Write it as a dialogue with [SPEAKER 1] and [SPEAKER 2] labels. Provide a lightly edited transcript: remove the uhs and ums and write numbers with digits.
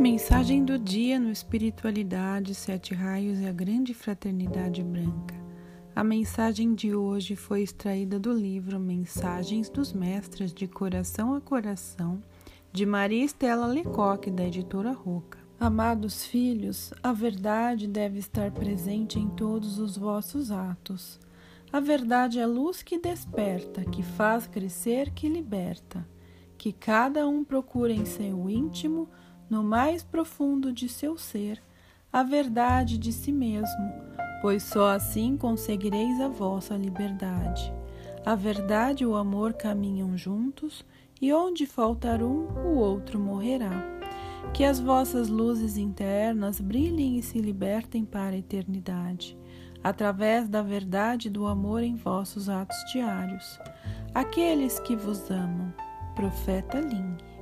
[SPEAKER 1] Mensagem do dia no Espiritualidade, 7 Raios e a Grande Fraternidade Branca. A mensagem de hoje foi extraída do livro Mensagens dos Mestres de Coração a Coração, de Maria Estela Lecoque, da editora Roca. Amados filhos, a verdade deve estar presente em todos os vossos atos. A verdade é luz que desperta, que faz crescer, que liberta. Que cada um procure em seu íntimo, no mais profundo de seu ser, a verdade de si mesmo, pois só assim conseguireis a vossa liberdade. A verdade e o amor caminham juntos, e onde faltar um, o outro morrerá. Que as vossas luzes internas brilhem e se libertem para a eternidade, através da verdade e do amor em vossos atos diários. Aqueles que vos amam. Profeta Lin.